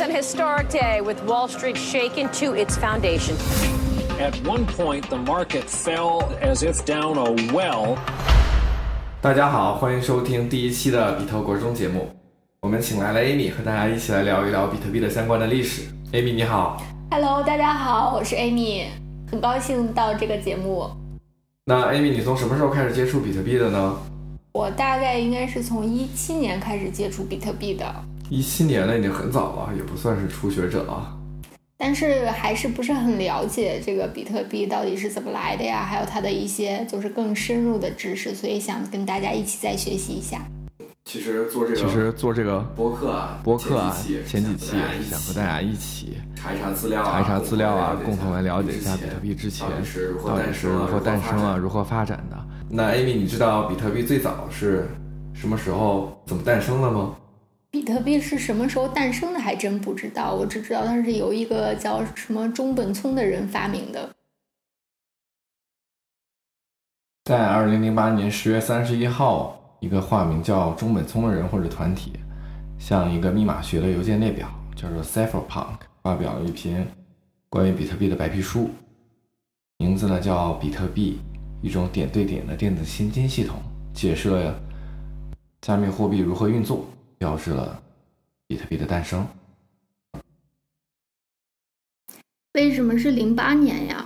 an historic day with Wall Street shaken to its foundation. At one point, the market fell as if down a well. 大家好，欢迎收听第一期的比特国中节目。我们请来了 Amy 和大家一起来聊一聊比特币的相关的历史。Amy 你好。 Hello， 大家好，我是 Amy， 很高兴到这个节目。 那 Amy 你从什么时候开始接触比特币的呢？ 我大概应该是从17年开始接触比特币的。 17年了，已经很早了，也不算是初学者啊。 但是还是不是很了解这个比特币到底是怎么来的呀，还有它的一些就是更深入的知识，所以想跟大家一起再学习一下。 其实做这个播客啊，前几期也是想和大家一起查一查资料啊，共同来了解一下比特币之前到底是如何诞生了，如何发展的。那 Amy 你知道比特币最早是什么时候怎么诞生的吗？ 比特币是什么时候诞生的还真不知道，我只知道它是由一个叫什么中本聪的人发明的。 在2008年10月31号，一个化名叫中本聪的人或者团体向一个密码学的邮件列表叫做 Cypherpunk 发表了一篇关于比特币的白皮书，名字呢叫比特币，一种点对点的电子现金系统，解释了加密货币如何运作，标志了比特币的诞生。 为什么是08年呀？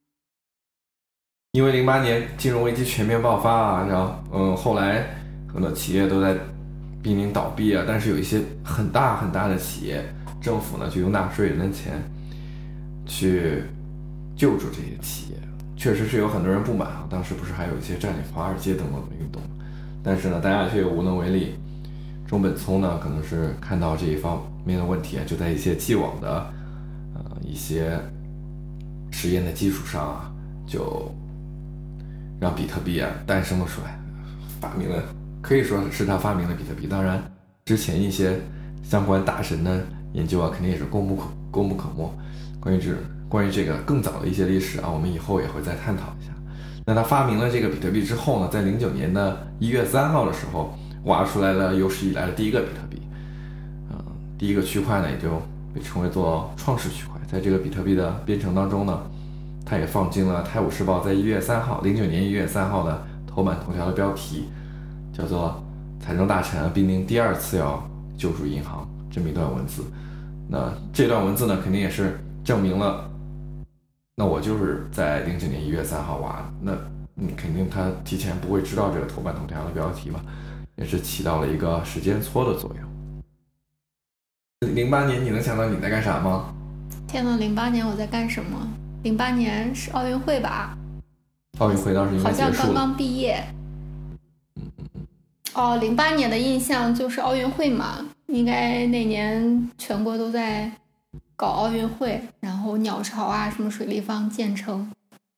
因为08年金融危机全面爆发啊，然后后来很多企业都在濒临倒闭啊，但是有一些很大的企业，政府呢就用纳税人的钱去救助这些企业。确实是有很多人不满啊，当时不是还有一些占领华尔街等等的运动，但是呢大家却无能为力。中本聪呢可能是看到这一方面的问题，就在一些既往的一些实验的基础上啊，就让比特币啊诞生了出来，发明了，可以说是他发明了比特币。当然之前一些相关大神的研究啊肯定也是功不可没。关于这个更早的一些历史啊，我们以后也会再探讨一下。那他发明了这个比特币之后呢，在09年的1月3号的时候挖出来了有史以来的第一个比特币，第一个区块呢也就被称为做创世区块。在这个比特币的编程当中呢，它也放进了《泰晤士报》在09年1月3号的头版头条的标题，叫做财政大臣濒临第二次要救助银行这么一段文字。那这段文字呢肯定也是证明了，那我就是在09年1月3号挖的，那肯定他提前不会知道这个头版头条的标题吧，也是起到了一个时间戳的作用。08年你能想到你在干啥吗？ 天哪，08年我在干什么？08年是奥运会吧？ 奥运会当时应该结束了， 好像刚刚毕业。08年的印象就是奥运会嘛，应该那年全国都在搞奥运会，然后鸟巢啊什么水立方建成。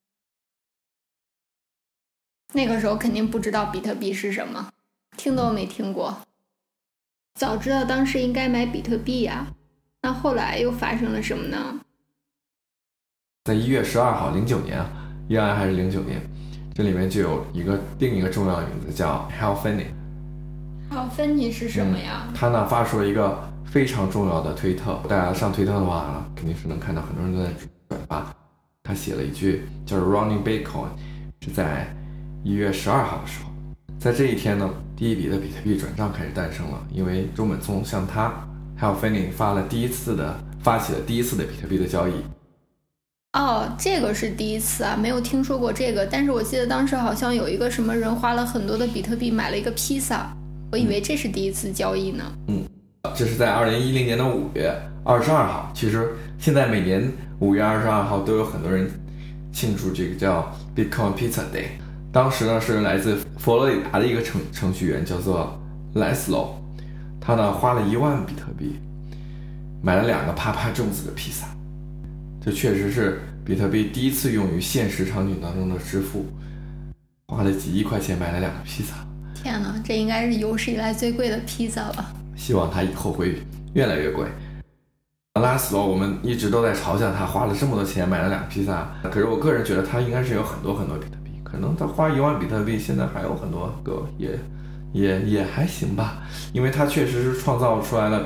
那个时候肯定不知道比特币是什么，听都没听过。早知道当时应该买比特币啊，那后来又发生了什么呢？ 在1月12号09年啊，依然还是09年，这里面就有另一个重要的名字叫 Hal Finney。Hal Finney 是什么呀？ 他呢发出了一个非常重要的推特，大家上推特的话肯定是能看到很多人都在转发。他写了一句叫 Running Bitcoin， 是在1月12号的时候。在这一天呢，第一笔的比特币转账开始诞生了，因为中本聪向他Hal Finney发起了第一次的比特币的交易。 这个是第一次啊，没有听说过这个，但是我记得当时好像有一个什么人花了很多的比特币买了一个披萨，我以为这是第一次交易呢。 这是在2010年的5月22号。其实现在每年5月22号都有很多人庆祝这个叫 Bitcoin Pizza Day。当时呢是来自佛罗里达的一个程序员叫做 Laszlo， 他呢花了1万比特币买了2个啪啪粽子的披萨。这确实是比特币第一次用于现实场景当中的支付，花了几亿块钱买了2个披萨。 天哪，这应该是有史以来最贵的披萨了。 希望他以后会越来越贵。拉斯罗我们一直都在嘲笑他花了这么多钱买了2个披萨，可是我个人觉得他应该是有很多比特币，可能他花1万比特币现在还有很多个，也还行吧，因为他确实是创造出来了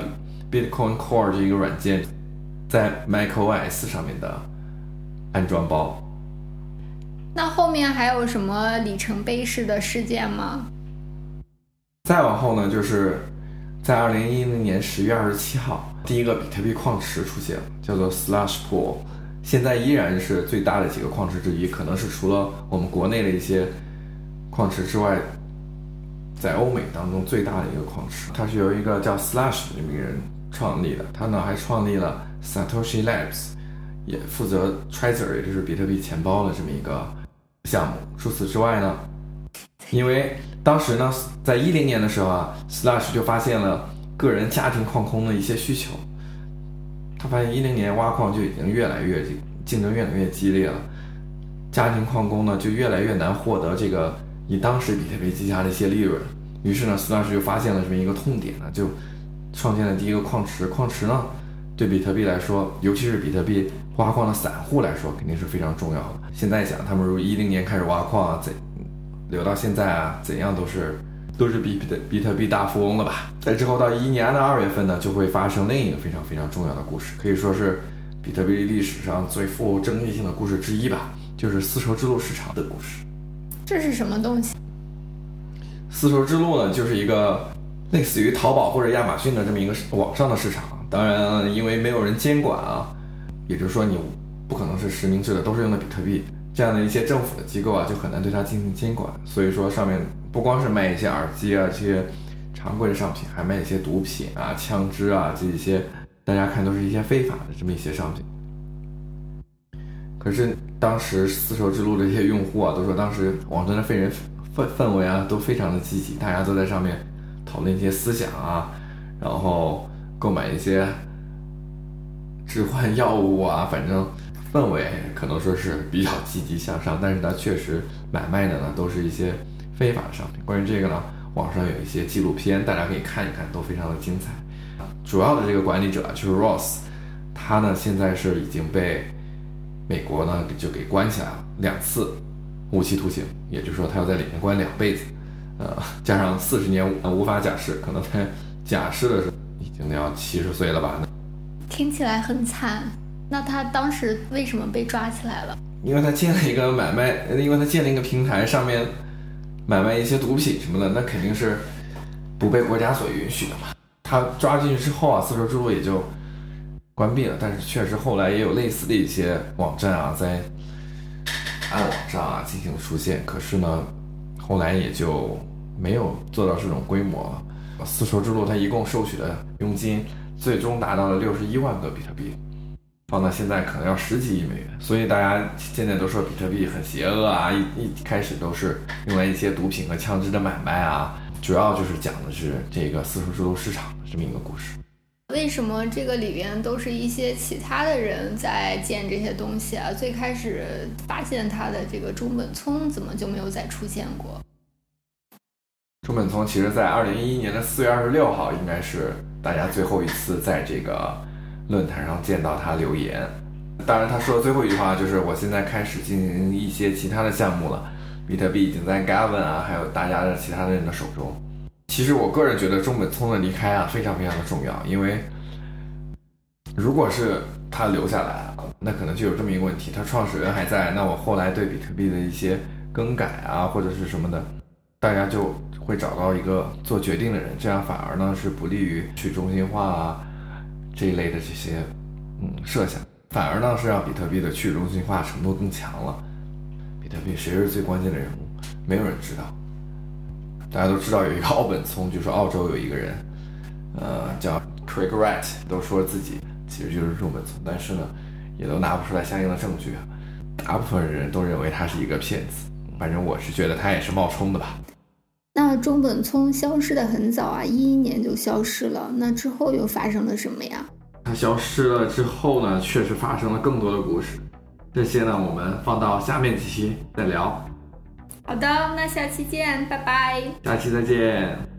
Bitcoin Core 这一个软件在 macOS 上面的安装包。 那后面还有什么里程碑式的事件吗？ 再往后呢，就是在2010年10月27号，第一个比特币矿池出现了，叫做 Slush Pool， 现在依然是最大的几个矿池之一，可能是除了我们国内的一些矿池之外，在欧美当中最大的一个矿池。它是由一个叫 Slush 的这么一个人创立的，他呢还创立了 Satoshi Labs， 也负责 Trezor， 也就是比特币钱包的这么一个项目。除此之外呢，因为当时呢，在2010年的时候啊 ，Slush 就发现了个人家庭矿工的一些需求。他发现2010年挖矿就已经竞争越来越激烈了，家庭矿工呢就越来越难获得这个以当时比特币计价的一些利润。于是呢 ，Slush 就发现了这么一个痛点呢，就创建了第一个矿池。矿池呢，对比特币来说，尤其是比特币挖矿的散户来说，肯定是非常重要的。现在想，他们如2010年开始挖矿啊，留到现在啊，怎样都是比特币大富翁了吧？在之后到2011年的2月份呢，就会发生另一个非常非常重要的故事，可以说是比特币历史上最富争议性的故事之一吧，就是丝绸之路市场的故事。 这是什么东西？ 丝绸之路呢，就是一个类似于淘宝或者亚马逊的这么一个网上的市场。当然，因为没有人监管啊，也就是说你不可能是实名制的，都是用的比特币。这样的一些政府的机构啊，就很难对它进行监管。所以说，上面不光是卖一些耳机啊这些常规的商品，还卖一些毒品啊、枪支啊这一些大家看都是一些非法的这么一些商品。可是当时丝绸之路的一些用户啊，都说当时网站的氛围啊都非常的积极，大家都在上面讨论一些思想啊，然后购买一些置换药物啊，反正氛围可能说是比较积极向上，但是它确实买卖的呢都是一些非法的商品。关于这个呢，网上有一些纪录片，大家可以看一看，都非常的精彩。主要的这个管理者就是 Ross， 他呢现在是已经被美国呢就给关起来了2次无期徒刑，也就是说他要在里面关2辈子，加上40年无法假释，可能在假释的时候已经要70岁了吧。 听起来很惨。那他当时为什么被抓起来了？ 因为他建了一个买卖，因为他建了一个平台，上面买卖一些毒品什么的，那肯定是不被国家所允许的嘛。他抓进去之后啊，丝绸之路也就关闭了。但是确实后来也有类似的一些网站啊，在暗网上啊进行出现，可是呢，后来也就没有做到这种规模了。丝绸之路它一共收取的佣金最终达到了61万个比特币。放到现在可能要10几亿美元，所以大家现在都说比特币很邪恶啊，一开始都是用来一些毒品和枪支的买卖啊，主要就是讲的是这个丝绸之路市场的这么一个故事。 为什么这个里边都是一些其他的人在建这些东西啊？最开始发现它的这个中本聪怎么就没有再出现过？ 中本聪其实在2011年的4月26号应该是大家最后一次在这个论坛上见到他留言。当然他说的最后一句话就是我现在开始进行一些其他的项目了，比特币已经在 Gavin 啊还有大家的其他的人的手中。其实我个人觉得中本聪的离开啊非常非常的重要，因为如果是他留下来，那可能就有这么一个问题，他创始人还在，那我后来对比特币的一些更改啊或者是什么的，大家就会找到一个做决定的人，这样反而呢是不利于去中心化啊这一类的这些设想，反而呢是让比特币的去中心化程度更强了。比特币谁是最关键的人物，没有人知道。大家都知道有一个奥本聪，就是澳洲有一个人叫 Craig Wright， 都说自己其实就是中本聪，但是呢也都拿不出来相应的证据，大部分人都认为他是一个骗子，反正我是觉得他也是冒充的吧。 那中本聪消失得很早啊，2011年就消失了，那之后又发生了什么呀？ 他消失了之后呢，确实发生了更多的故事，这些呢我们放到下面几期再聊。 好的，那下期见，拜拜。 下期再见。